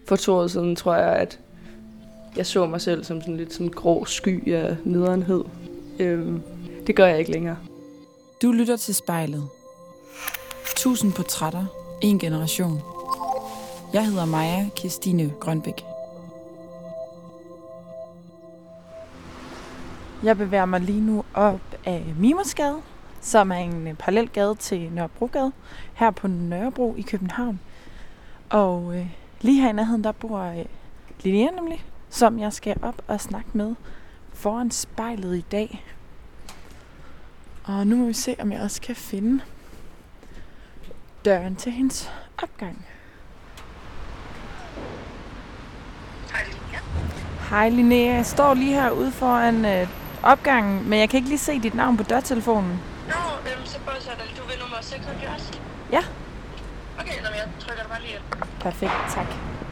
For 2 år siden tror jeg, at jeg så mig selv som sådan lidt sådan grå sky af nederenhed. Det gør jeg ikke længere. Du lytter til Spejlet. 1000 portrætter, en generation. Jeg hedder Maja Kirstine Grønbæk. Jeg bevæger mig lige nu op af Mimersgade, som er en parallel gade til Nørrebrogade, her på Nørrebro i København. Og lige her i nærheden, der bor Linnea nemlig, som jeg skal op og snakke med foran spejlet i dag. Og nu må vi se, om jeg også kan finde døren til hendes opgang. Hej Linnea, jeg står lige herude foran opgangen, men jeg kan ikke lige se dit navn på dørtelefonen. Så prøv at sætte du ved nummer 76. Ja. Okay, jeg trykker dig bare lige ind. Perfekt, tak.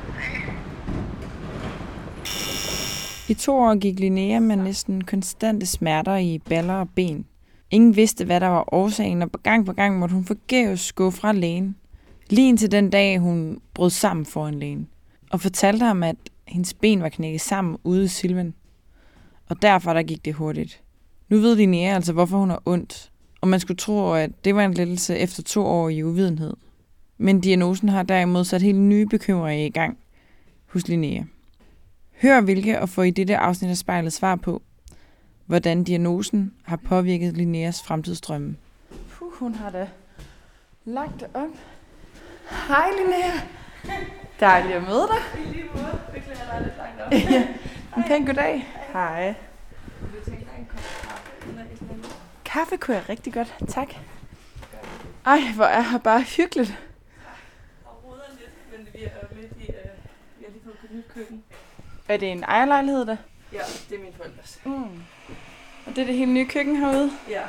I 2 år gik Linnea med næsten konstante smerter i baller og ben. Ingen vidste, hvad der var årsagen, og på gang måtte hun forgæves gå fra lægen. Lige indtil den dag, hun brød sammen foran lægen. Og fortalte ham, at hendes ben var knækket sammen ude i Silvan. Og derfor der gik det hurtigt. Nu ved Linnea altså, hvorfor hun har ondt. Og man skulle tro, at det var en lettelse efter 2 år i uvidenhed. Men diagnosen har derimod sat helt nye bekymringer i gang hos Linnea. Hør hvilke og få i dette afsnit af Spejlet svar på, hvordan diagnosen har påvirket Linneas fremtidsdrømme. Hun har da lagt det op. Hej Linnea. Dejligt at møde dig. I lige måde. Beklager dig lidt langt op. Ja. En pæn goddag. Hej. Du tænker en kop kaffe eller et eller andet? Kaffe kunne jeg rigtig godt. Tak. Ej, hvor er her bare hyggeligt. Og roder lidt, men vi er midt i, vi har lige fået et nyt køkken. Er det en ejerlejlighed der? Ja, det er min forældres. Og det er det helt nye køkken herude. Ja.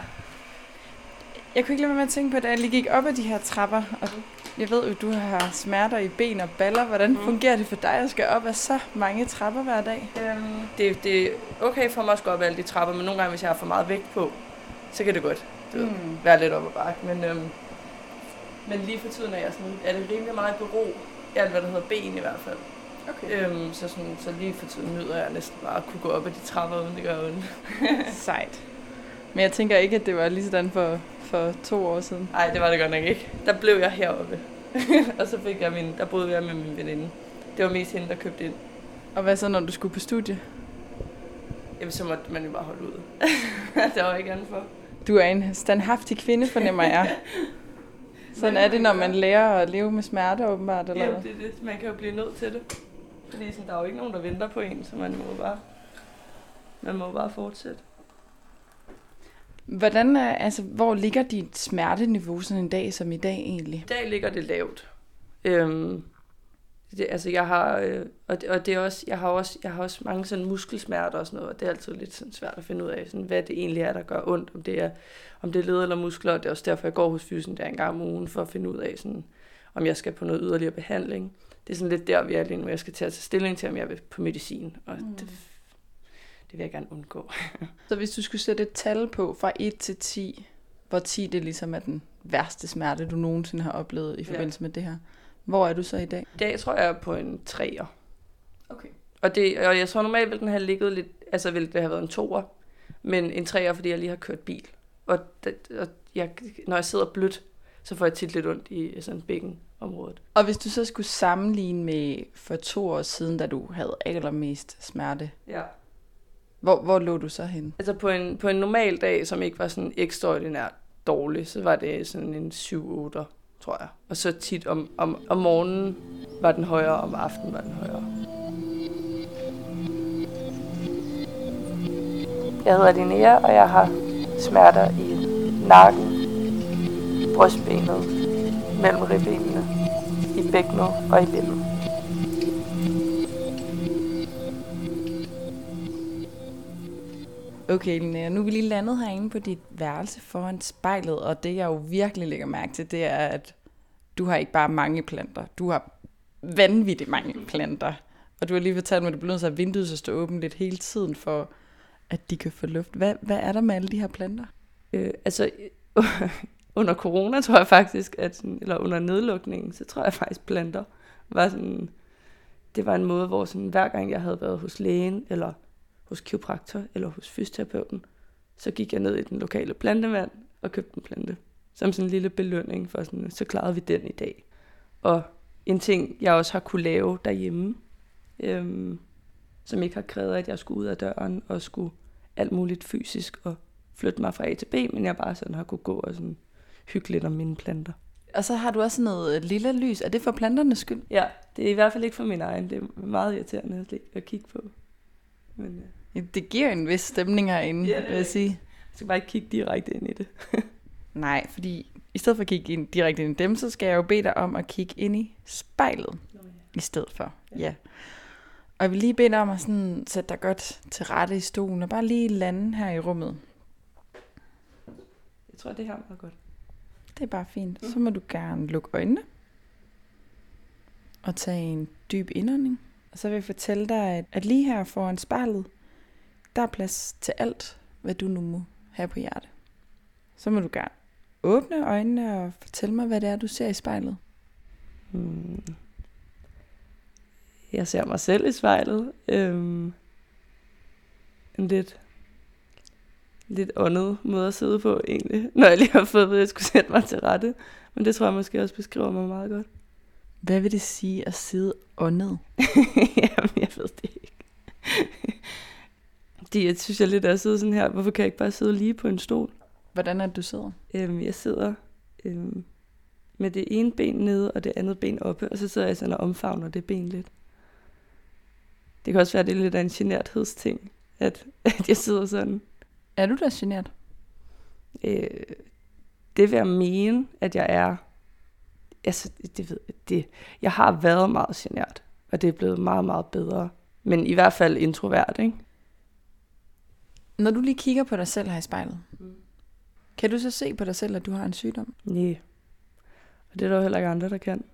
Jeg kunne ikke lade være med at tænke på, da jeg lige gik op ad de her trapper, og jeg ved jo, du har smerter i ben og baller. Hvordan fungerer det for dig at skal op ad så mange trapper hver dag? Det er okay for mig at gå op ad alle de trapper, men nogle gange, hvis jeg har for meget vægt på, så kan det godt være lidt op ad bakke. Men lige for tiden er det rimelig meget bero, alt hvad der hedder ben i hvert fald. Okay. Så lige for tiden nyder jeg næsten bare at kunne gå op ad de trapper, uden det gør ondt. Sejt. Men jeg tænker ikke, at det var lige sådan for 2 år siden. Nej, det var det godt nok ikke. Der blev jeg heroppe. Og så fik jeg der boede jeg med min veninde. Det var mest hende, der købte ind. Og hvad så, når du skulle på studie? Jamen, så måtte man jo bare holde ud. Der var ikke andet for. Du er en standhaftig kvinde, fornemmer jeg. Sådan er det, når man lærer at leve med smerte, åbenbart, eller hvad? Ja, det er det. Man kan jo blive nødt til det. Fordi sådan, der er jo ikke nogen, der venter på en, så man må bare fortsætte. Hvordan hvor ligger dit smerteniveau sådan en dag som i dag egentlig? I dag ligger det lavt. Jeg har også mange sådan muskelsmerter og sådan noget, og det er altid lidt sådan svært at finde ud af, sådan, hvad det egentlig er, der gør ondt, om det er led eller muskler, og det er også derfor, jeg går hos fysen der en gang om ugen, for at finde ud af, sådan, om jeg skal på noget yderligere behandling. Det er sådan lidt der, vi er lige nu. Jeg skal til at tage stilling til, om jeg vil på medicin, og det vil jeg gerne undgå. Så hvis du skulle sætte et tal på fra 1 til 10, hvor 10 det ligesom er den værste smerte, du nogensinde har oplevet i forbindelse med det her, hvor er du så i dag? I dag tror jeg er på en 3'er. Okay. Og jeg tror normalt, vil den have ligget lidt, altså ville det have været en 2'er, men en 3'er, fordi jeg lige har kørt bil. Når jeg sidder blødt, så får jeg tit lidt ondt i sådan bækkenområdet. Og hvis du så skulle sammenligne med for 2 år siden, da du havde allermest smerte, ja. Hvor lå du så henne? Altså på en normal dag, som ikke var sådan ekstraordinært dårlig, så var det sådan en 7-8'er, tror jeg. Og så tit om morgenen var den højere, og om aftenen var den højere. Jeg hedder Linnea, og jeg har smerter i nakken, brystbenet, mellem ribbenene, i bækkenet og i lænden. Okay, Linnea, nu er vi lige landet herinde på dit værelse foran spejlet, og det jeg jo virkelig lægger mærke til, det er, at du har ikke bare mange planter, du har vanvittigt mange planter. Og du har lige fortalt mig, at du bliver nødt til at vinduet så stå åbent lidt hele tiden, for at de kan få luft. Hvad er der med alle de her planter? Under corona tror jeg faktisk, eller under nedlukningen, så tror jeg faktisk planter var sådan det var en måde, hvor sådan, hver gang jeg havde været hos lægen, eller hos kiropraktor, eller hos fysioterapeuten, så gik jeg ned i den lokale plantevand og købte en plante. Som sådan en lille belønning for sådan, så klarede vi den i dag. Og en ting, jeg også har kunne lave derhjemme, som ikke har krævet, at jeg skulle ud af døren og skulle alt muligt fysisk og flytte mig fra A til B, men jeg bare sådan har kunne gå og sådan hygge lidt om mine planter. Og så har du også noget lille lys. Er det for planternes skyld? Ja, det er i hvert fald ikke for min egen. Det er meget irriterende at kigge på. Men, ja, det giver en vis stemning herinde, vil jeg sige. Jeg skal bare ikke kigge direkte ind i det. Nej, fordi i stedet for at kigge direkte ind i dem, så skal jeg jo bede dig om at kigge ind i spejlet i stedet for. Ja. Og jeg vil lige bede dig om at sådan sætte dig godt til rette i stolen og bare lige lande her i rummet. Jeg tror, det her er meget godt. Det er bare fint. Så må du gerne lukke øjnene og tage en dyb indånding. Og så vil jeg fortælle dig, at lige her foran spejlet, der er plads til alt, hvad du nu må have på hjerte. Så må du gerne åbne øjnene og fortælle mig, hvad det er, du ser i spejlet. Jeg ser mig selv i spejlet. En lidt åndet måde at sidde på, egentlig. Når jeg lige har fået ved, at jeg skulle sætte mig til rette. Men det tror jeg måske også beskriver mig meget godt. Hvad vil det sige at sidde åndet? Jamen, jeg ved det ikke. Jeg synes jeg lidt, at jeg sidder sådan her. Hvorfor kan jeg ikke bare sidde lige på en stol? Hvordan er det, du sidder? Jeg sidder med det ene ben nede, og det andet ben oppe. Og så sidder jeg sådan og omfavner det ben lidt. Det kan også være, at det er lidt af en generthedsting, at jeg sidder sådan. Er du da genert? Det vil jeg mene, at jeg er. Altså, jeg har været meget genert, og det er blevet meget, meget bedre. Men i hvert fald introvert, ikke? Når du lige kigger på dig selv her i spejlet, kan du så se på dig selv, at du har en sygdom? Nej. Og det er der jo heller ikke andre, der kan.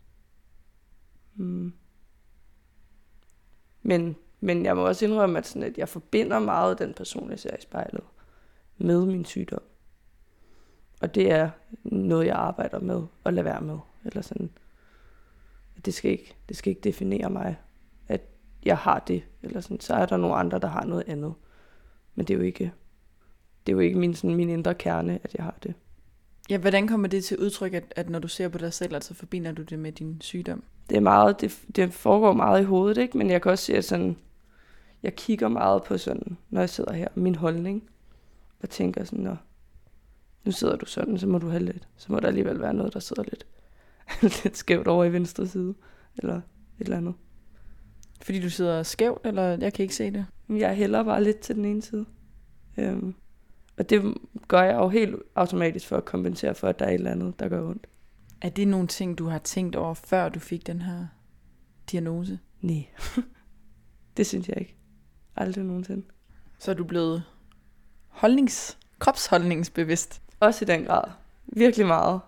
Men jeg må også indrømme, at, sådan, at jeg forbinder meget den person, jeg ser i spejlet, med min sygdom. Og det er noget, jeg arbejder med at lade være med. Eller sådan. Det skal ikke definere mig, at jeg har det. Eller sådan. Så er der nogle andre, der har noget andet. Men det er jo ikke min indre kerne, at jeg har det. Ja, hvordan kommer det til udtryk, at når du ser på dig selv, så forbinder du det med din sygdom? Det er meget, det foregår meget i hovedet, ikke? Men jeg kan også se, at sådan, jeg kigger meget på sådan, når jeg sidder her, min holdning, og tænker sådan, nu sidder du sådan, så må du have lidt, så må der alligevel være noget, der sidder lidt skævt over i venstre side, eller et eller andet. Fordi du sidder skævt, eller jeg kan ikke se det? Jeg hælder bare lidt til den ene side. Og det gør jeg jo helt automatisk for at kompensere for, at der er et eller andet, der gør ondt. Er det nogle ting, du har tænkt over, før du fik den her diagnose? Nej, det synes jeg ikke. Aldrig nogensinde. Så er du blevet kropsholdningsbevidst? Også i den grad. Virkelig meget.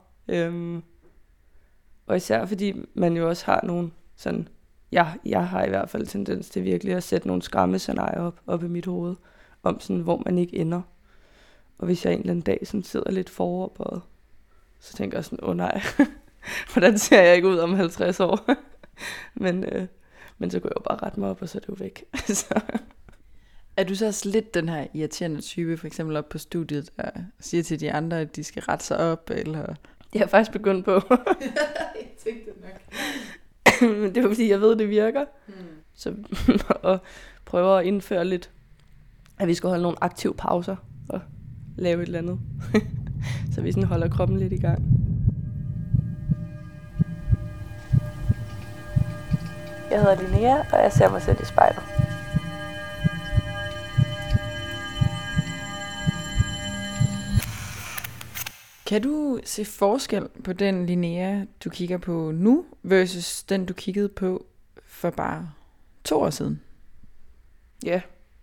Og især fordi man jo også har nogle sådan... Jeg har i hvert fald tendens til virkelig at sætte nogle skræmmescenarier op i mit hoved, om sådan, hvor man ikke ender. Og hvis jeg en eller anden dag sådan sidder lidt foroverbøjet, så tænker jeg sådan, nej, hvordan ser jeg ikke ud om 50 år? men så går jeg jo bare rette mig op, og så er det jo væk. Er du så også lidt den her irriterende type, for eksempel op på studiet, der siger til de andre, at de skal rette sig op, eller... Jeg har faktisk begyndt på. Jeg tænkte nok. Men det er fordi, jeg ved, det virker. Så og prøver at indføre lidt, at vi skal holde nogle aktive pauser og lave et eller andet. Så vi sådan holder kroppen lidt i gang. Jeg hedder Linnea, og jeg ser mig selv i spejlet. Kan du se forskel på den Linnea, du kigger på nu, versus den, du kiggede på for bare 2 år siden? Ja.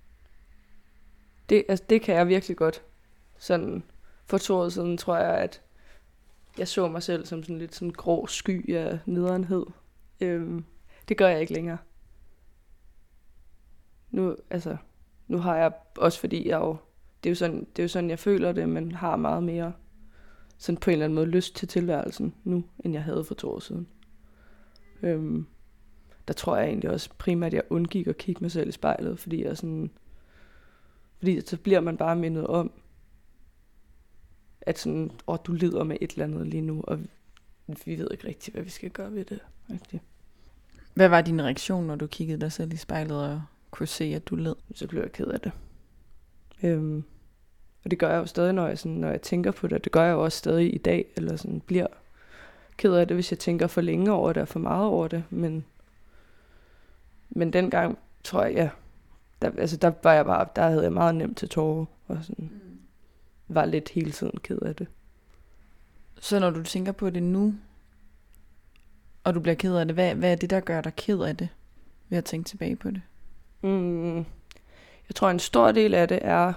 Det kan jeg virkelig godt. Sådan for 2 år siden tror jeg, at jeg så mig selv som sådan lidt sådan grå sky af nederenhed. Det gør jeg ikke længere. Nu har jeg også, fordi jeg jo, det er jo sådan jeg føler det, men har meget mere sådan på en eller anden måde lyst til tilværelsen nu, end jeg havde for 2 år siden. der tror jeg egentlig også primært, at jeg undgik at kigge mig selv i spejlet, fordi så bliver man bare mindet om, at sådan, du lider med et eller andet lige nu, og vi ved ikke rigtigt, hvad vi skal gøre ved det. Rigtigt. Hvad var din reaktion, når du kiggede dig selv i spejlet og kunne se, at du led? Så blev jeg ked af det. Og det gør jeg jo stadig, når jeg tænker på det. Det gør jeg jo også stadig i dag, eller sådan bliver ked af det, hvis jeg tænker for længe over det og for meget over det. Men dengang, tror jeg, der var jeg bare, der havde jeg meget nemt til tårer, og sådan var lidt hele tiden ked af det. Så når du tænker på det nu, og du bliver ked af det, hvad er det, der gør dig ked af det, ved at tænke tilbage på det? Jeg tror, en stor del af det er,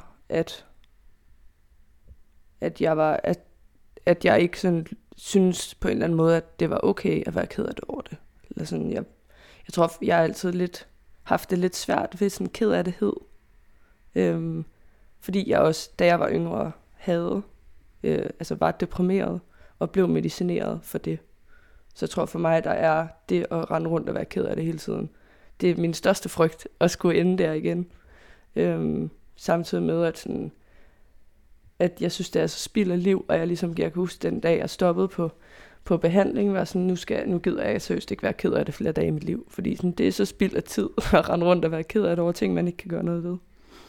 at jeg ikke sådan synes på en eller anden måde, at det var okay at være ked af det over det. Eller sådan, jeg tror, jeg har altid haft det lidt svært ved sådan ked af det. Fordi jeg også, da jeg var yngre, var deprimeret og blev medicineret for det. Så jeg tror for mig, der er det at rende rundt og være ked af det hele tiden. Det er min største frygt, at skulle ende der igen. Samtidig med, at jeg synes, det er så spild af liv, og jeg kan huske den dag, jeg stoppede på behandling, var sådan, nu gider jeg seriøst ikke være ked af det flere dage i mit liv, fordi sådan, det er så spild af tid at rende rundt og være ked af det over ting, man ikke kan gøre noget ved.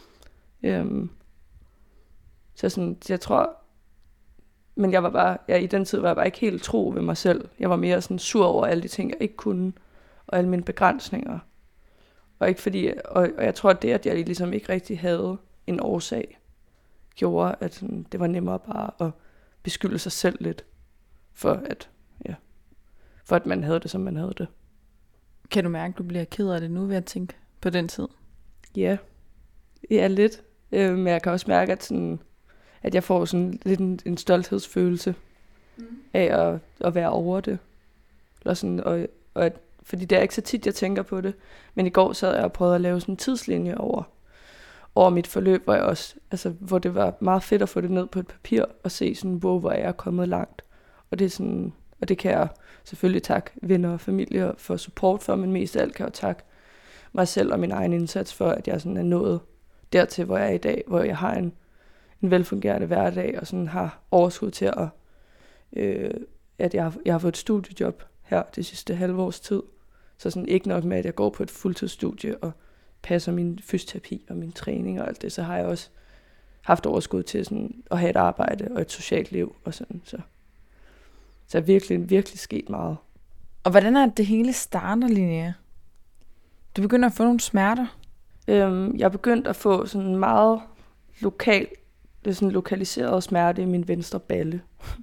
Så sådan, jeg tror, men i den tid var jeg bare ikke helt tro ved mig selv. Jeg var mere sådan sur over alle de ting, jeg ikke kunne, og alle mine begrænsninger. Og ikke fordi, og jeg tror, at det, at jeg ligesom ikke rigtig havde en årsag, gjorde, at sådan, det var nemmere bare at beskylde sig selv lidt, for at man havde det, som man havde det. Kan du mærke, at du bliver ked af det nu ved at tænke på den tid? Ja, lidt. Men jeg kan også mærke, at jeg får sådan lidt en stolthedsfølelse af at være over det. Eller sådan, fordi det er ikke så tit, jeg tænker på det. Men i går sad jeg og prøvede at lave sådan en tidslinje over mit forløb, hvor det var meget fedt at få det ned på et papir og se sådan, hvor jeg er kommet langt. Og det er sådan, og det kan jeg selvfølgelig takke venner og familie for support for, men mest af alt kan jeg takke mig selv og min egen indsats for, at jeg sådan er nået dertil, hvor jeg er i dag, hvor jeg har en velfungerende hverdag og sådan har overskud til at jeg har fået et studiejob her det sidste halve års tid. Så sådan ikke nok med, at jeg går på et fuldtidsstudie og passer min fysioterapi og min træning og alt det, så har jeg også haft overskud til sådan at have et arbejde og et socialt liv og sådan. Så er virkelig, virkelig sket meget. Og hvordan er det hele starter, Linnea? Du begynder at få nogle smerter? Jeg er begyndt at få sådan meget lokaliseret smerte i min venstre balle.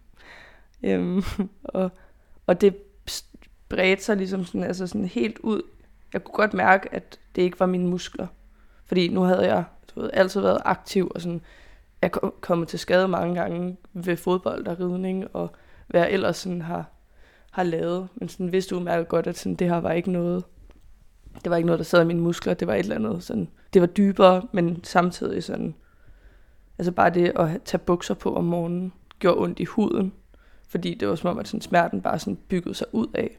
Og det bredte sig ligesom sådan helt ud. Jeg kunne godt mærke, at det ikke var mine muskler. Fordi nu havde jeg altid været aktiv, og sådan, jeg kommet til skade mange gange ved fodbold og ridning, og hvad jeg ellers sådan har lavet. Men sådan vidste udmærket godt, at sådan, det her var ikke noget. Det var ikke noget, der sad i mine muskler. Det var et eller andet sådan. Det var dybere, men samtidig sådan. Altså bare det at tage bukser på om morgenen gjorde ondt i huden, fordi det var som om, at sådan, smerten bare sådan byggede sig ud af.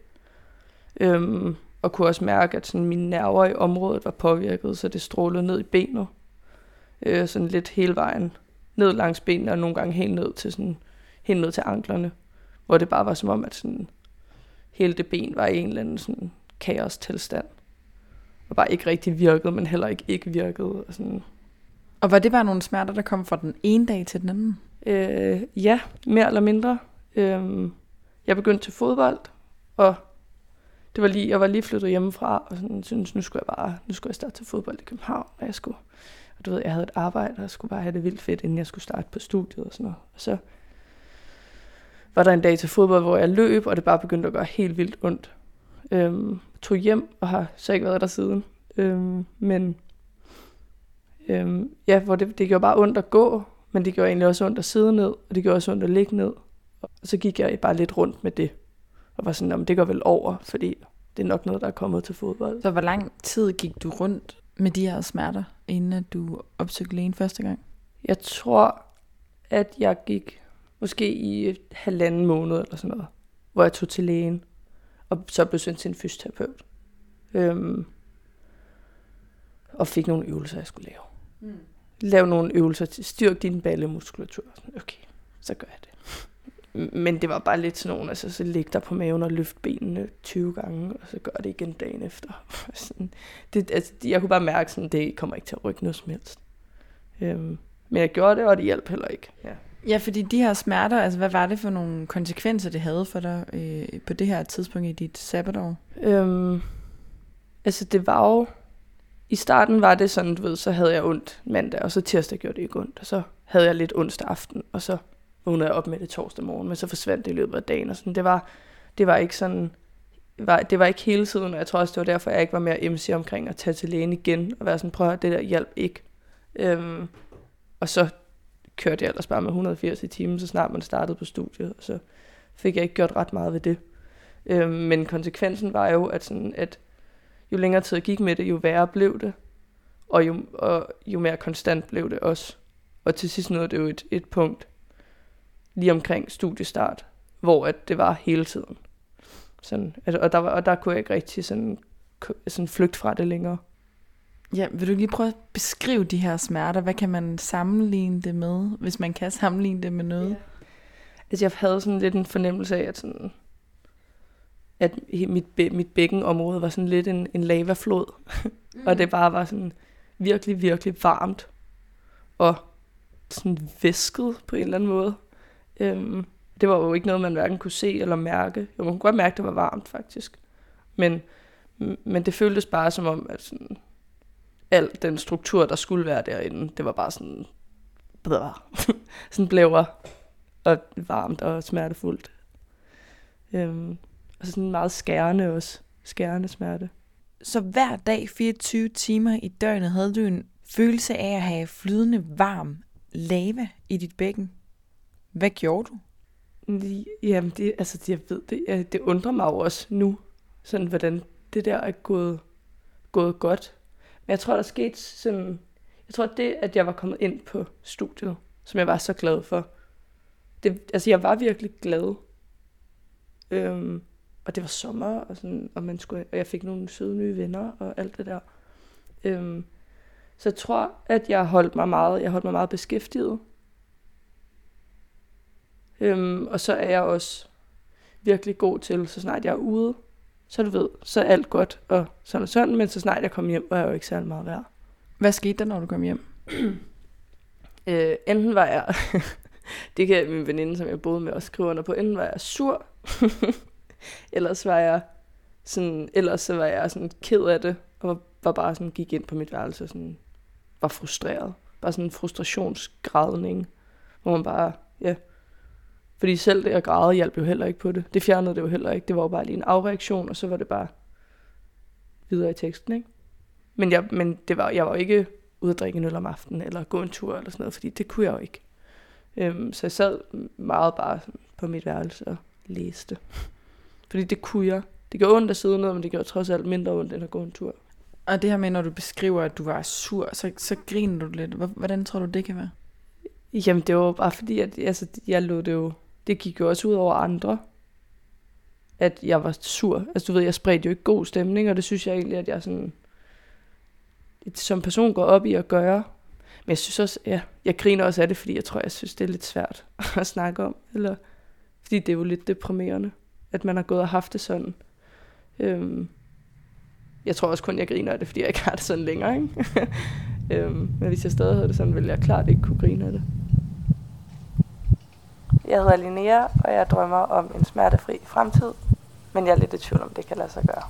Og kunne også mærke, at sådan, mine nerver i området var påvirket, så det strålede ned i benet. Sådan lidt hele vejen ned langs benene, og nogle gange helt ned til anklerne, hvor det bare var som om, at sådan, hele det ben var i en eller anden sådan, kaos-tilstand. Og bare ikke rigtig virkede, men heller ikke virkede. Og var det bare nogle smerter, der kom fra den ene dag til den anden? Ja, mere eller mindre. Jeg begyndte til fodbold, og jeg var lige flyttet hjemmefra, og sådan, syntes, nu skulle jeg starte til fodbold i København, og jeg havde et arbejde, og jeg skulle bare have det vildt fedt, inden jeg skulle starte på studiet og sådan noget. Og så var der en dag til fodbold, hvor jeg løb, og det bare begyndte at gøre helt vildt ondt. Tog hjem, og har så ikke været der siden. Hvor det gjorde bare ondt at gå, men det gjorde egentlig også ondt at sidde ned, og det gjorde også ondt at ligge ned. Og så gik jeg bare lidt rundt med det, og var sådan, det går vel over, fordi det er nok noget, der er kommet til fodbold. Så hvor lang tid gik du rundt med de her smerter, inden at du opsøgte lægen første gang? Jeg tror, at jeg gik måske i 1,5 måned eller sådan noget, hvor jeg tog til lægen, og så blev sendt til en fysioterapeut. Og fik nogle øvelser, jeg skulle lave. Lav nogle øvelser til styrk din ballemuskulatur. Okay, så gør jeg det. Men det var bare lidt sådan nogle, altså så ligge der på maven og løfte benene 20 gange, og så gør det igen dagen efter. Jeg kunne bare mærke, sådan, det kommer ikke til at rykke noget som helst. Men jeg gjorde det, og det hjalp heller ikke. Ja, fordi de her smerter, altså hvad var det for nogle konsekvenser, det havde for dig på det her tidspunkt i dit sabbatår? Altså det var jo, i starten var det sådan, du ved, så havde jeg ondt mandag, og så tirsdag gjorde det ikke ondt, og så havde jeg lidt onsdag aften, og så vågnede jeg op med det torsdag morgen, men så forsvandt det i løbet af dagen, og sådan, det var ikke sådan, det var ikke hele tiden, og jeg tror også, det var derfor, jeg ikke var mere emsig omkring at tage til lægen igen, og være sådan, prøv at høre, det der hjalp ikke. Og så kørte jeg ellers bare med 180 i timen, så snart man startede på studiet, og så fik jeg ikke gjort ret meget ved det. Men konsekvensen var jo, at jo længere tid jeg gik med det, jo værre blev det, og jo mere konstant blev det også. Og til sidst nåede det jo et punkt, lige omkring studiestart, hvor at det var hele tiden. Sådan, og der kunne jeg ikke rigtig sådan flygte fra det længere. Ja, vil du lige prøve at beskrive de her smerter? Hvad kan man sammenligne det med, hvis man kan sammenligne det med noget? Ja. Altså jeg havde sådan lidt en fornemmelse af, at mit bækkenområde var sådan lidt en lavaflod. Og det bare var sådan virkelig, virkelig varmt. Og sådan væsket på en eller anden måde. Det var jo ikke noget, man hverken kunne se eller mærke. Jo, man kunne godt mærke, at det var varmt faktisk. Men det føltes bare som om, at sådan, al den struktur, der skulle være derinde, det var bare sådan sådan blæver og varmt og smertefuldt. Og så sådan meget skærende også. Skærende smerte. Så hver dag, 24 timer i døgnet, havde du en følelse af at have flydende varm lava i dit bækken. Hvad gjorde du? Jamen, jeg ved det. Det undrer mig jo også nu, sådan hvordan det der er gået godt. Men jeg tror, der skete sådan... Jeg tror, det, at jeg var kommet ind på studiet, som jeg var så glad for, jeg var virkelig glad. Og det var sommer, og, sådan, og jeg fik nogle søde nye venner, og alt det der. Så jeg tror, at jeg holdt mig meget beskæftiget. Og så er jeg også virkelig god til, så snart jeg er ude, så du ved, så er alt godt, og sådan, men så snart jeg kom hjem, var jeg jo ikke særlig meget værd. Hvad skete der, når du kom hjem? Enten var jeg, det kan min veninde, som jeg boede med, også skrive under på, enten var jeg sur, ellers så var jeg sådan ked af det, og var bare sådan, gik ind på mit værelse, sådan, var frustreret. Bare sådan en frustrationsgrædning, hvor man bare, fordi selv det at græde hjalp jo heller ikke på det. Det fjernede det jo heller ikke. Det var jo bare lige en afreaktion, og så var det bare videre i teksten, ikke? Men jeg var jo ikke ude at drikke en øl om aftenen, eller gå en tur, eller sådan noget, fordi det kunne jeg jo ikke. Så jeg sad meget bare på mit værelse og læste. Fordi det kunne jeg. Det gjorde ondt at sidde ned, men det gjorde trods alt mindre ondt, end at gå en tur. Og det her med, når du beskriver, at du var sur, så griner du lidt. Hvordan tror du, det kan være? Jamen, det var bare fordi, at jeg lod det jo... Det gik jo også ud over andre, at jeg var sur. Altså, du ved, jeg spredte jo ikke god stemning, og det synes jeg egentlig, at jeg sådan... som person går op i at gøre. Men jeg synes også, jeg griner også af det, fordi jeg synes, det er lidt svært at snakke om. Eller, fordi det er jo lidt deprimerende, at man har gået og haft det sådan. Jeg tror også kun, jeg griner af det, fordi jeg ikke har det sådan længere, ikke? Men hvis jeg stadig havde det sådan, ville jeg klart ikke kunne grine af det. Jeg hedder Linnea, og jeg drømmer om en smertefri fremtid, men jeg er lidt i tvivl om, det kan lade sig gøre.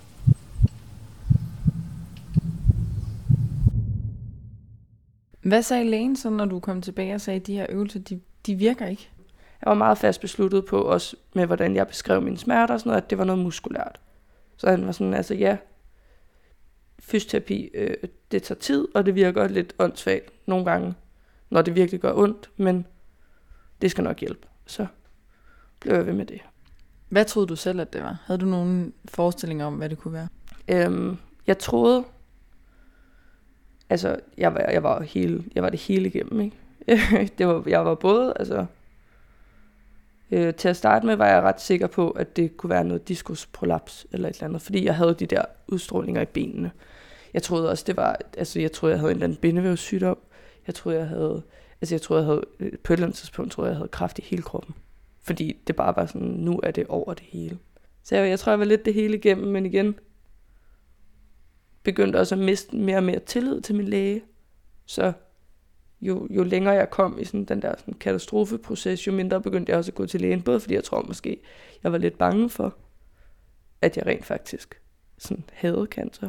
Hvad sagde lægen så, når du kom tilbage og sagde, at de her øvelser, de virker ikke? Jeg var meget fast besluttet på, også med hvordan jeg beskrev mine smerter og sådan noget, at det var noget muskulært. Så han var sådan, fysioterapi, det tager tid, og det virker lidt åndssvagt nogle gange, når det virkelig gør ondt, men det skal nok hjælpe. Så blev jeg ved med det. Hvad troede du selv, at det var? Havde du nogen forestillinger om, hvad det kunne være? Jeg troede, altså jeg var det hele igennem, ikke? Jeg var både, Til at starte med var jeg ret sikker på, at det kunne være noget diskusprolaps eller et eller andet, fordi jeg havde de der udstrålinger i benene. Jeg troede også, jeg havde en eller anden bindevævssygdom. Jeg troede, jeg havde på et eller andet tidspunkt, jeg havde kræft i hele kroppen. Fordi det bare var sådan, nu er det over det hele. Så jeg tror, jeg var lidt det hele igennem, men igen begyndte også at miste mere og mere tillid til min læge. Så jo længere jeg kom i sådan den der sådan katastrofeproces, jo mindre begyndte jeg også at gå til lægen. Både fordi jeg tror måske, jeg var lidt bange for, at jeg rent faktisk sådan havde cancer.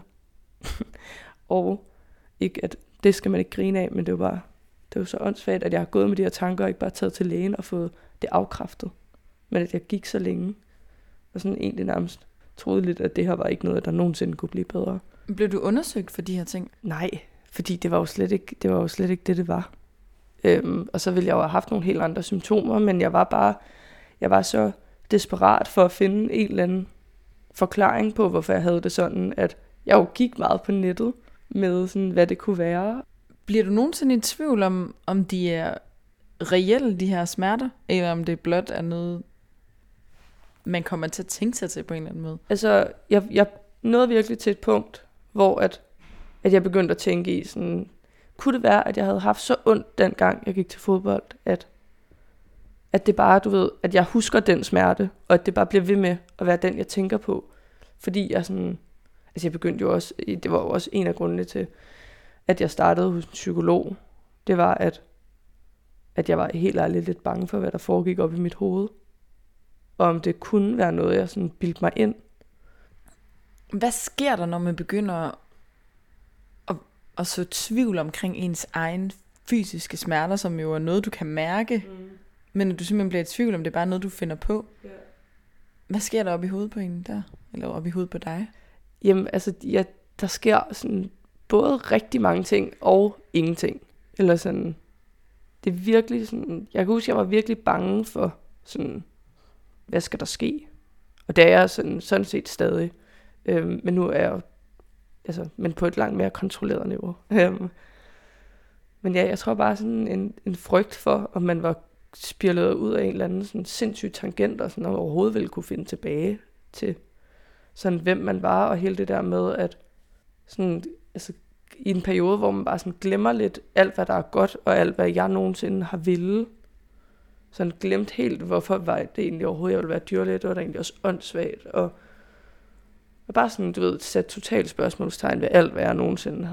Og ikke at det skal man ikke grine af, men det var jo så åndssvagt, at jeg har gået med de her tanker og ikke bare taget til lægen og fået det afkræftet. Men at jeg gik så længe, og sådan egentlig nærmest troede lidt, at det her var ikke noget, der nogensinde kunne blive bedre. Blev du undersøgt for de her ting? Nej, fordi det var jo slet ikke det var. Og så ville jeg jo have haft nogle helt andre symptomer, men jeg var så desperat for at finde en eller anden forklaring på, hvorfor jeg havde det sådan, at jeg jo gik meget på nettet med, sådan, hvad det kunne være. Bliver du nogensinde i tvivl om de er reelle, de her smerter, eller om det blot er noget, man kommer til at tænke sig til på en eller anden måde? Altså, jeg nåede virkelig til et punkt, hvor at jeg begyndte at tænke i sådan, kunne det være, at jeg havde haft så ondt dengang, jeg gik til fodbold, at det bare, du ved, at jeg husker den smerte, og at det bare bliver ved med at være den, jeg tænker på. Fordi jeg sådan, altså jeg begyndte jo også, det var jo også en af grundene til, at jeg startede hos en psykolog. Det var, at jeg var helt ærligt lidt bange for, hvad der foregik op i mit hoved. Og om det kunne være noget, jeg sådan bildte mig ind. Hvad sker der, når man begynder at så tvivl omkring ens egen fysiske smerter, som jo er noget, du kan mærke, men at du simpelthen bliver i tvivl om, det er bare noget, du finder på? Ja. Hvad sker der op i hovedet på en der? Eller op i hovedet på dig? Jamen, altså, der sker sådan både rigtig mange ting og ingenting. Eller sådan, det er virkelig sådan, jeg kan huske, jeg var virkelig bange for sådan, hvad skal der ske? Og det er jeg sådan set stadig. Men nu er jeg men på et langt mere kontrolleret niveau. Men ja, jeg tror bare sådan en frygt for, om man var spirlet ud af en eller anden sådan sindssyg tangent, og sådan, og overhovedet ville kunne finde tilbage til sådan, hvem man var, og hele det der med, at sådan, altså, i en periode, hvor man bare sådan glemmer lidt alt, hvad der er godt, og alt, hvad jeg nogensinde har ville. Sådan glemt helt, hvorfor var det egentlig overhovedet, jeg ville være dyrlæge, det var da egentlig også åndssvagt, og bare sådan, du ved, sat totalt spørgsmålstegn ved alt, hvad jeg nogensinde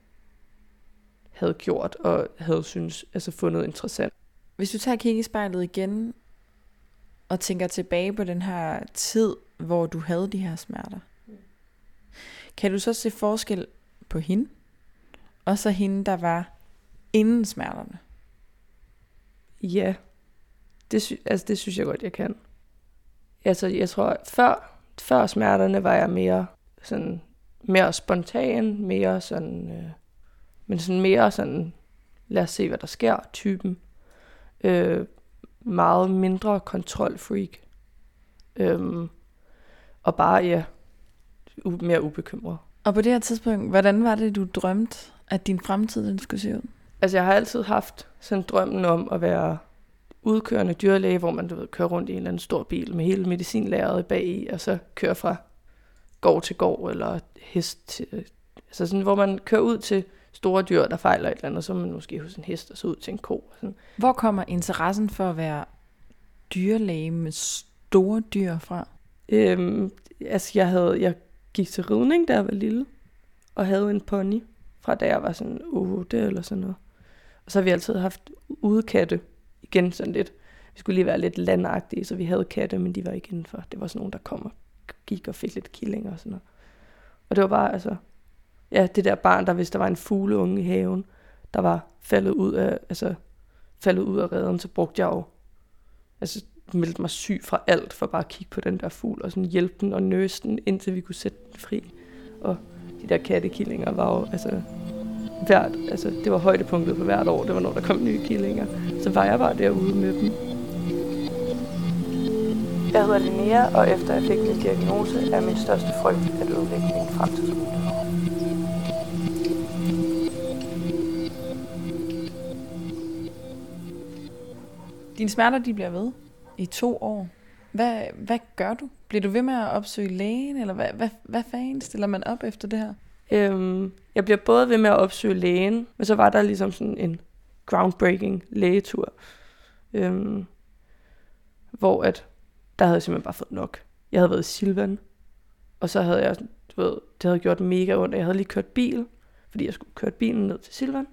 havde gjort, og havde fundet interessant. Hvis du tager kig i spejlet igen, og tænker tilbage på den her tid, hvor du havde de her smerter, kan du så se forskel på hende, og så hende, der var inden smerterne? Ja, det synes jeg godt, jeg kan. Altså, jeg tror, før smerterne var jeg mere spontan, mere sådan, men sådan mere sådan, lad os se, hvad der sker, typen. Meget mindre kontrolfreak. Og bare, mere ubekymret. Og på det her tidspunkt, hvordan var det, du drømte, at din fremtid den skulle se ud? Altså, jeg har altid haft sådan drømmen om at være udkørende dyrlæge, hvor man, du ved, kører rundt i en eller anden stor bil med hele medicinlageret bagi, og så kører fra gård til gård, eller hest til, altså sådan, hvor man kører ud til store dyr, der fejler et eller andet, så er man måske hos en hest, og så ud til en ko. Sådan. Hvor kommer interessen for at være dyrlæge med store dyr fra? Altså, jeg gik til ridning, da jeg var lille, og havde en pony, fra da jeg var sådan 8 eller sådan noget. Og så har vi altid haft udekatte, igen sådan lidt. Vi skulle lige være lidt landagtige, så vi havde katte, men de var ikke indenfor. Det var sådan nogen, der kom og gik og fik lidt killinger og sådan noget. Og det var bare, altså, ja, det der barn, der hvis der var en fugleunge i haven, der var faldet ud af reden, så brugte jeg jo, altså, meldte mig syg fra alt, for bare at kigge på den der fugl, og sådan hjælpe den og nøse den, indtil vi kunne sætte den fri. Og de der kattekillinger var jo, altså, det var højdepunktet på hvert år, det var når der kom nye killinger. Så var jeg bare derude med dem. Jeg hedder Linnea, og efter jeg fik min diagnose, er min største frygt at ødelægge min fremtidsmulighed. Dine smerter, de bliver ved. I 2 år. Hvad gør du? Bliver du ved med at opsøge lægen, eller hvad fanden stiller man op efter det her? Jeg bliver både ved med at opsøge lægen, men så var der ligesom sådan en groundbreaking lægetur, hvor at der havde jeg simpelthen bare fået nok. Jeg havde været i Silvan, og så havde jeg, det havde gjort mega ondt. Jeg havde lige kørt bil, fordi jeg skulle køre bilen ned til Silvan.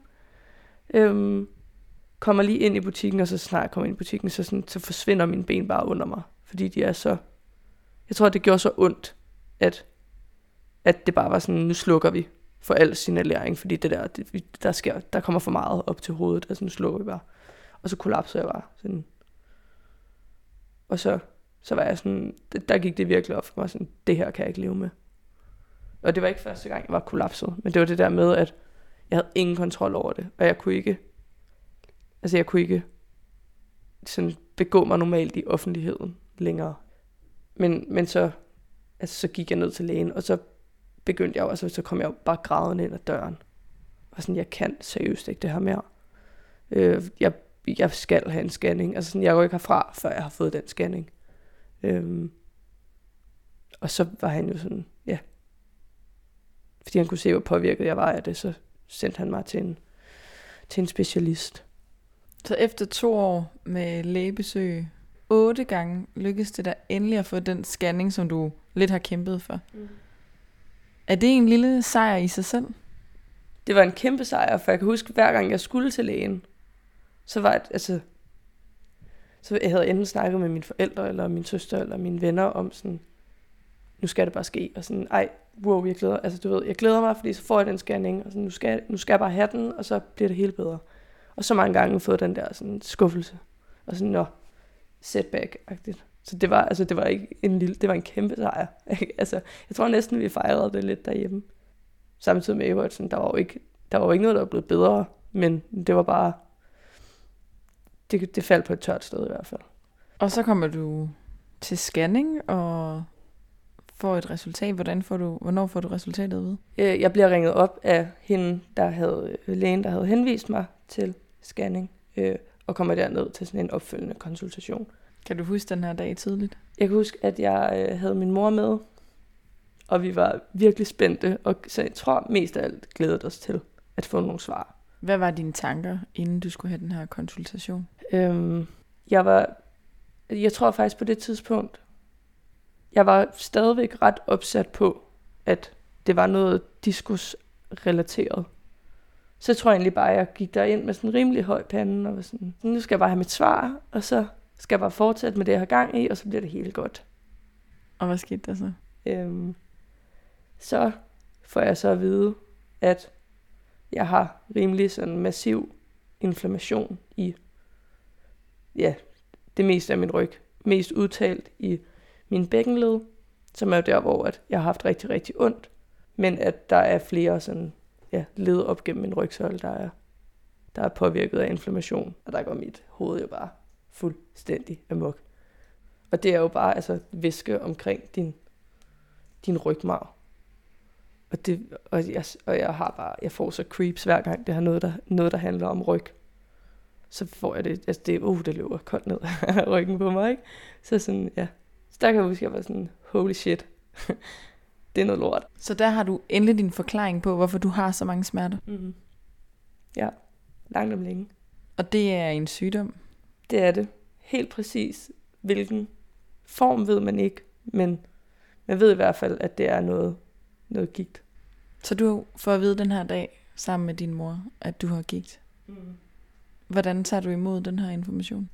Kommer lige ind i butikken, og så snart jeg kommer ind i butikken, så forsvinder mine ben bare under mig. Fordi de er så... Jeg tror, det gjorde så ondt, at det bare var sådan, nu slukker vi for al signalering, fordi der kommer for meget op til hovedet, altså nu slukker vi bare. Og så kollapsede jeg bare. Sådan. Og så var jeg sådan, der gik det virkelig op for mig, sådan, det her kan jeg ikke leve med. Og det var ikke første gang, jeg var kollapset, men det var det der med, at jeg havde ingen kontrol over det, og jeg kunne ikke sådan begå mig normalt i offentligheden længere. Men så gik jeg ned til lægen, og så begyndte jeg jo, så kom jeg jo bare grædende ind ad døren. Og sådan, jeg kan seriøst ikke det her mere. Jeg skal have en scanning. Altså sådan, jeg går ikke herfra, før jeg har fået den scanning. Og så var han jo sådan, ja. Fordi han kunne se, hvor påvirket jeg var af det, så sendte han mig til en specialist. Så efter 2 år med lægebesøg, 8 gange lykkedes det der endelig at få den scanning, som du lidt har kæmpet for. Mm. Er det en lille sejr i sig selv? Det var en kæmpe sejr, for jeg kan huske, hver gang jeg skulle til lægen, så jeg havde enten snakket med mine forældre, eller min søster, eller mine venner om sådan, nu skal det bare ske, og sådan, jeg glæder mig, fordi så får jeg den scanning, og sådan, nu skal jeg bare have den, og så bliver det hele bedre. Og så mange gange fået den der sådan skuffelse, og sådan, setback-agtigt. Så det var ikke det var en kæmpe sejr. Altså, jeg tror næsten, vi fejrede det lidt derhjemme. Samtidig med, at sådan, der var jo ikke noget, der var blevet bedre, men det var bare, det faldt på et tørt sted i hvert fald. Og så kommer du til scanning og får et resultat. Hvornår får du resultatet at vide? Jeg bliver ringet op af lægen, der havde henvist mig til scanning, og kommer derned til sådan en opfølgende konsultation. Kan du huske den her dag tydeligt? Jeg kan huske, at jeg havde min mor med, og vi var virkelig spændte, og så jeg tror mest af alt glædede os til at få nogle svar. Hvad var dine tanker, inden du skulle have den her konsultation? Jeg tror faktisk på det tidspunkt, jeg var stadigvæk ret opsat på, at det var noget diskusrelateret. Så jeg tror egentlig bare, at jeg gik derind med sådan en rimelig høj pande, og var sådan, nu skal jeg bare have mit svar, og så skal jeg bare fortsætte med det, jeg har gang i, og så bliver det helt godt. Og hvad skete der så? Så får jeg så at vide, at jeg har rimelig sådan massiv inflammation i det meste af min ryg. Mest udtalt i min bækkenled, som er jo der, hvor at jeg har haft rigtig, rigtig ondt. Men at der er flere sådan, led op gennem min rygsøjle, der er påvirket af inflammation. Og der går mit hoved jo bare fuldstændig amok. Og det er jo bare væske omkring din rygmarv. Og jeg får så creeps hver gang det har noget der handler om ryg. Så får jeg det, det løber koldt ned af ryggen på mig, ikke? Så sådan, ja. Så der kan jeg huske, at jeg var sådan, holy shit, det er noget lort. Så der har du endelig din forklaring på, hvorfor du har så mange smerter? Mm-hmm. Ja, langt om længe. Og det er en sygdom? Det er det. Helt præcis. Hvilken form ved man ikke, men man ved i hvert fald, at det er noget gigt. Så du får at vide den her dag, sammen med din mor, at du har gigt. Mm. Hvordan tager du imod den her information?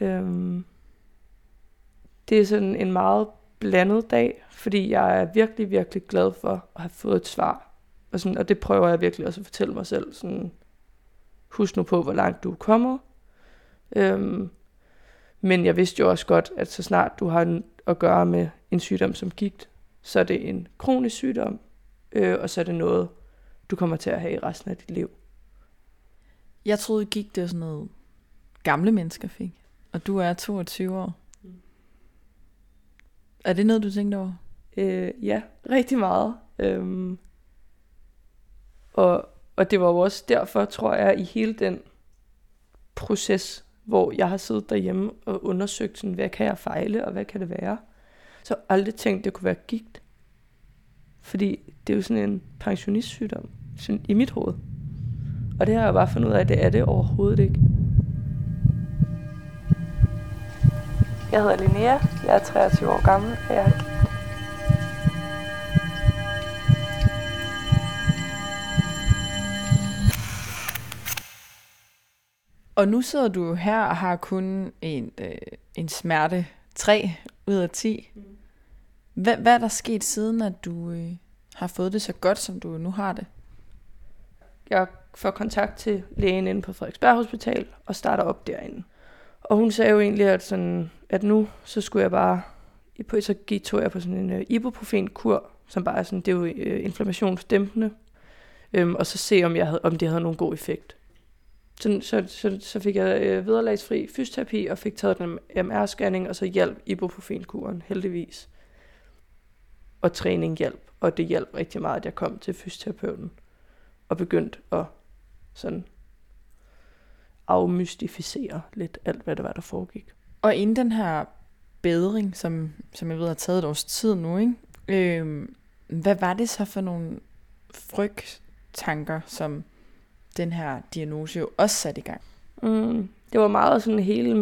Det er sådan en meget blandet dag, fordi jeg er virkelig, virkelig glad for at have fået et svar. Og det prøver jeg virkelig også at fortælle mig selv. Sådan, husk nu på, hvor langt du er kommet. Men jeg vidste jo også godt, at så snart du har at gøre med en sygdom som gigt, så er det en kronisk sygdom, og så er det noget, du kommer til at have i resten af dit liv. Jeg troede gigt, det var sådan noget, gamle mennesker fik. Og du er 22 år. Mm. Er det noget, du tænkte over? Ja, rigtig meget. Og det var jo også derfor, tror jeg, i hele den proces, hvor jeg har siddet derhjemme og undersøgt, sådan, hvad kan jeg fejle, og hvad kan det være. Så har jeg aldrig tænkt, det kunne være gigt. Fordi det er jo sådan en pensionistsygdom sådan i mit hoved. Og det har jeg bare fundet ud af, at det er det overhovedet ikke. Jeg hedder Linnea, jeg er 23 år gammel, og jeg er gift. Og nu sidder du jo her og har kun en smerte 3 ud af 10. Hvad er der sket siden, at du har fået det så godt, som du nu har det? Jeg får kontakt til lægen inde på Frederiksberg Hospital og starter op derinde. Og hun sagde jo egentlig, at nu så skulle jeg bare, så tog jeg på sådan en ibuprofen-kur, som bare er sådan, det er jo inflammationsdæmpende, og så se, om det havde nogen god effekt. Så fik jeg vederlagsfri fysioterapi og fik taget en MR-scanning, og så hjalp ibuprofen-kuren heldigvis. Og træning hjalp, og det hjalp rigtig meget, at jeg kom til fysioterapeuten og begyndte at sådan afmystificere lidt alt, hvad det var, der foregik. Og inden den her bedring, som jeg ved har taget et års tid nu, ikke? Hvad var det så for nogle frygttanker, som den her diagnose jo også satte i gang? Det var meget sådan hele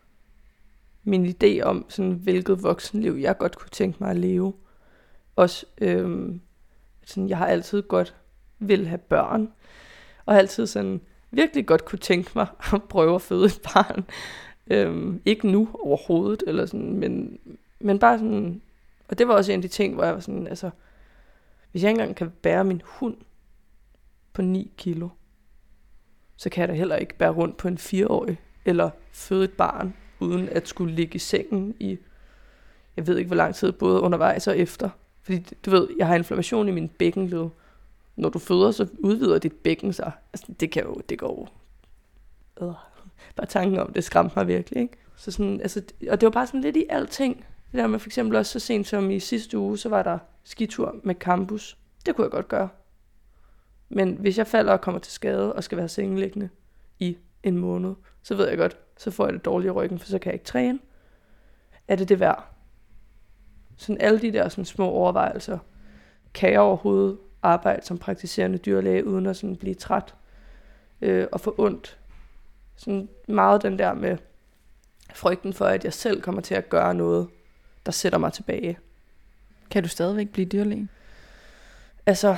min idé om, sådan, hvilket voksenliv jeg godt kunne tænke mig at leve. Også, sådan, jeg har altid godt vil have børn, og altid sådan virkelig godt kunne tænke mig at prøve at føde et barn. Ikke nu overhovedet, eller sådan, men bare sådan, og det var også en af de ting, hvor jeg var sådan, altså, hvis jeg ikke engang kan bære min hund på 9 kilo, så kan jeg da heller ikke bære rundt på en 4-årig, eller føde et barn, uden at skulle ligge i sengen i, jeg ved ikke hvor lang tid, både undervejs og efter. Fordi du ved, jeg har inflammation i min bækkenled. Når du føder, så udvider dit bækken sig. Altså, det går jo. Bare tanken om det skræmte mig virkelig, ikke? Så sådan, altså, og det var bare sådan lidt i alting. Det der med for eksempel også så sent som i sidste uge, så var der skitur med campus. Det kunne jeg godt gøre. Men hvis jeg falder og kommer til skade og skal være sengeliggende i en måned, så ved jeg godt, så får jeg det dårligt i ryggen, for så kan jeg ikke træne. Er det værd? Sådan alle de der sådan små overvejelser. Kan jeg overhovedet arbejde som praktiserende dyrlæge, uden at sådan blive træt og få ondt? Sådan meget den der med frygten for, at jeg selv kommer til at gøre noget, der sætter mig tilbage. Kan du stadigvæk blive dyrlæge? Altså,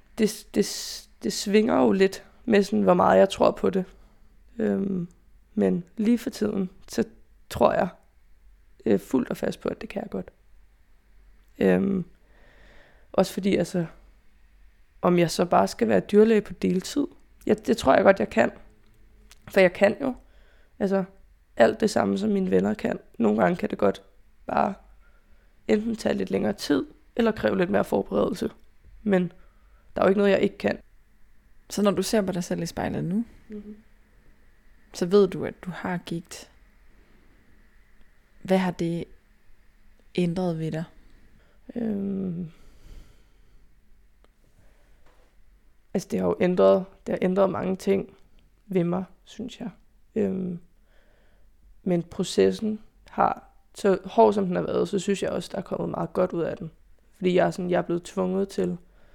det svinger jo lidt med sådan, hvor meget jeg tror på det. Men lige for tiden, så tror jeg fuldt og fast på, at det kan jeg godt. Også fordi, altså, om jeg så bare skal være dyrlæge på deltid, det tror jeg godt, jeg kan. For jeg kan jo, altså, alt det samme, som mine venner kan. Nogle gange kan det godt bare enten tage lidt længere tid, eller kræve lidt mere forberedelse. Men der er jo ikke noget, jeg ikke kan. Så når du ser på dig selv i spejlet nu, så ved du, at du har gigt. Hvad har det ændret ved dig? Altså det har ændret mange ting ved mig, synes jeg. Men processen har, så hård som den har været, så synes jeg også, der er kommet meget godt ud af den. Fordi jeg er blevet tvunget til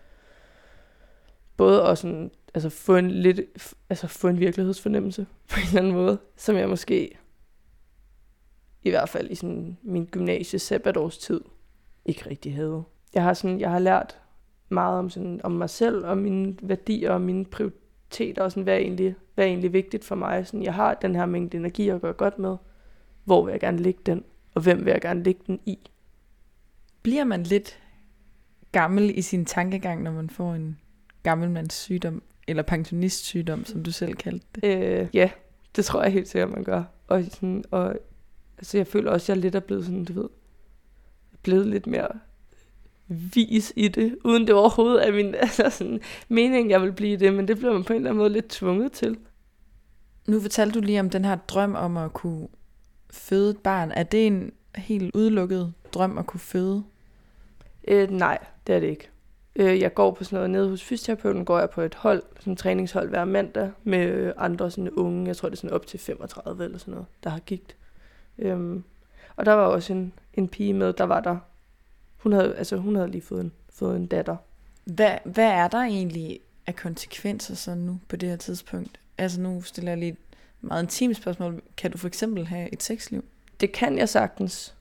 både at sådan, altså få en virkelighedsfornemmelse på en eller anden måde, som jeg måske i hvert fald i sådan min gymnasie sabbatårstid ikke rigtig havde. Jeg har lært meget om mig selv og mine værdier og mine prioriteter og sådan, hvad er egentlig vigtigt for mig. Sådan, jeg har den her mængde energi at gøre godt med. Hvor vil jeg gerne lægge den, og hvem vil jeg gerne lægge den i? Bliver man lidt gammel i sin tankegang, når man får en gammelmands sygdom, eller pensionistsygdom, som du selv kaldte det? Ja, det tror jeg helt sikkert, man gør. Og altså, jeg føler også, at jeg lidt er blevet sådan, du ved, blevet lidt mere vis i det, uden det overhovedet er min sådan, mening, jeg vil blive det, men det bliver man på en eller anden måde lidt tvunget til. Nu fortalte du lige om den her drøm om at kunne føde et barn. Er det en helt udelukket drøm at kunne føde? Nej, det er det ikke. Jeg går på sådan noget nede hos fysioterapeuten, går jeg på et hold, sådan et træningshold hver mandag, med andre sådan unge, jeg tror det er sådan op til 35 eller sådan noget, der har gigt. Og der var også en pige med, der var der. Hun havde lige fået en datter. Hvad er der egentlig af konsekvenser så nu på det her tidspunkt? Altså nu stiller jeg lige et meget intimt spørgsmål. Kan du for eksempel have et sexliv? Det kan jeg sagtens.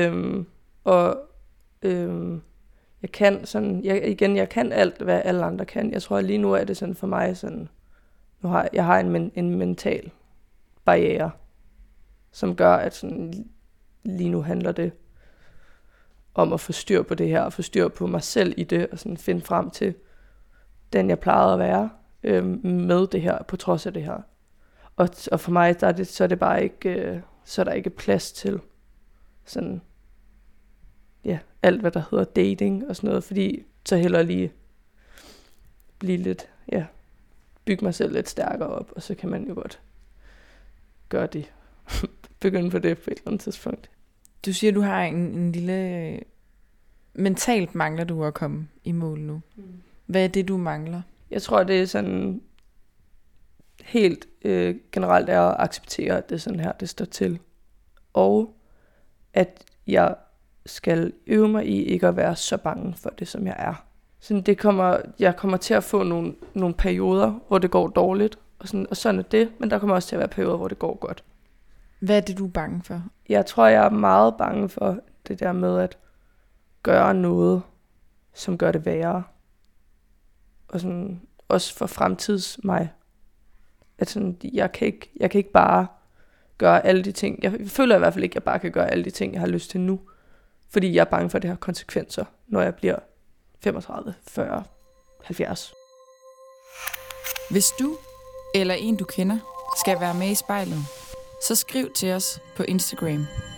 Jeg kan sådan, jeg kan alt, hvad alle andre kan. Jeg tror, at lige nu er det sådan for mig sådan, jeg har en mental barriere, som gør, at sådan, lige nu handler det om at få styr på det her, og få styr på mig selv i det, og sådan finde frem til den, jeg plejede at være med det her, på trods af det her. Og for mig, så er det bare ikke, så er der ikke plads til sådan, ja, alt hvad der hedder dating og sådan noget, fordi så hellere lige blive lidt, ja, bygge mig selv lidt stærkere op, og så kan man jo godt gøre det, begynde på det på et eller andet tidspunkt. Du siger, du har en lille, mentalt mangler du at komme i mål nu. Hvad er det, du mangler? Jeg tror, det er sådan helt generelt er at acceptere, at det er sådan her, det står til. Og at jeg skal øve mig i ikke at være så bange for det, som jeg er. Sådan, jeg kommer til at få nogle perioder, hvor det går dårligt, og sådan er det, men der kommer også til at være perioder, hvor det går godt. Hvad er det, du er bange for? Jeg tror, jeg er meget bange for det der med at gøre noget, som gør det værre. Og sådan, også for fremtids mig. At sådan, jeg kan ikke bare gøre alle de ting. Jeg føler i hvert fald ikke, at jeg bare kan gøre alle de ting, jeg har lyst til nu. Fordi jeg er bange for, at det har konsekvenser, når jeg bliver 35, 40, 70. Hvis du eller en, du kender, skal være med i spejlet, så skriv til os på Instagram.